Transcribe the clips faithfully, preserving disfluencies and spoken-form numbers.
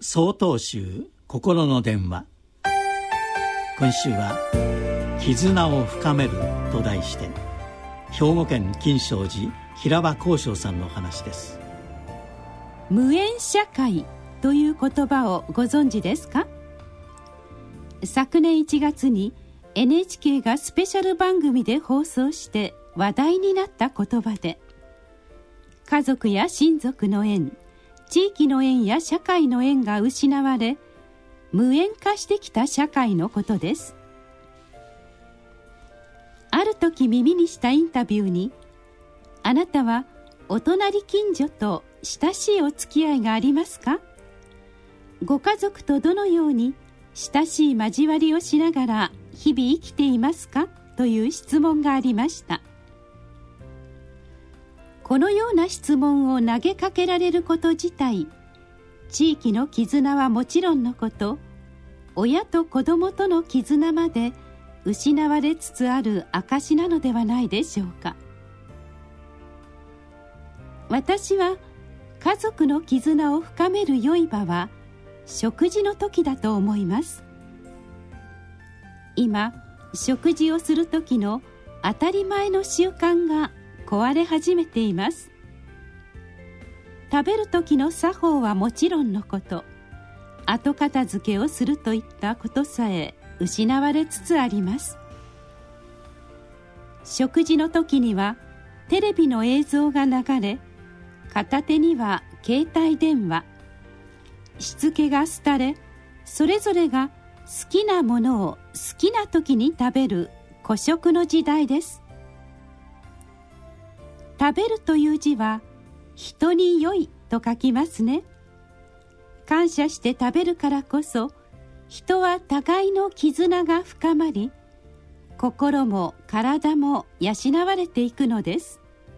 曹洞宗心の電話。今週は絆を深めると題して、兵庫県金正寺平場光照さんのお話です。 無縁社会という言葉をご存知ですか？昨年いちがつに エヌエイチケー がスペシャル番組で放送して話題になった言葉で、家族や親族の縁、地域の縁や社会の縁が失われ、無縁化してきた社会のことです。ある時耳にしたインタビューに、あなたはお隣近所と親しいお付き合いがありますか？ご家族とどのように親しい交わりをしながら日々生きていますか？という質問がありました。このような質問を投げかけられること自体、地域の絆はもちろんのこと、親と子供との絆まで失われつつある証なのではないでしょうか。私は家族の絆を深める良い場は食事の時だと思います。今、食事をする時の当たり前の習慣が壊れ始めています。食べる時の作法はもちろんのこと、後片付けをするといったことさえ失われつつあります。食事の時にはテレビの映像が流れ、片手には携帯電話、しつけが廃れ、それぞれが好きなものを好きな時に食べる個食の時代です。食べるという字は人に良いと書きますね。感謝して食べるからこそ、人は互いの絆が深まり、心も体も養われていくのです。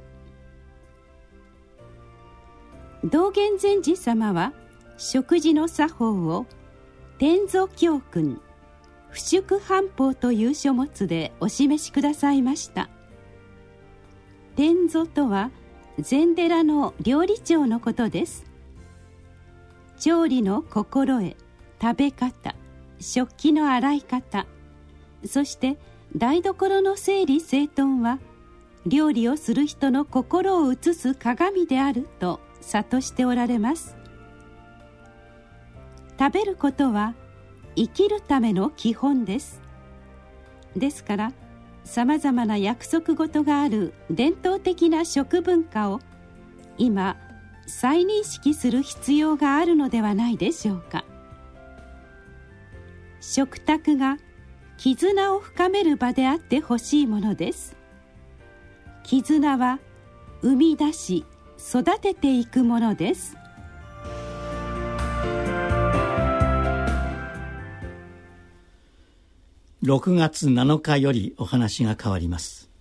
道元禅師様は食事の作法を天祖教訓、不宿半法という書物でお示しくださいました。天祖とは禅寺の料理長のことです。調理の心得、食べ方、食器の洗い方、そして台所の整理整頓は料理をする人の心を映す鏡であると諭しておられます。食べることは生きるための基本です。ですからさまざまな約束事がある伝統的な食文化を今再認識する必要があるのではないでしょうか。食卓が絆を深める場であってほしいものです。絆は生み出し育てていくものです。 ろくがつなのかよりお話が変わります。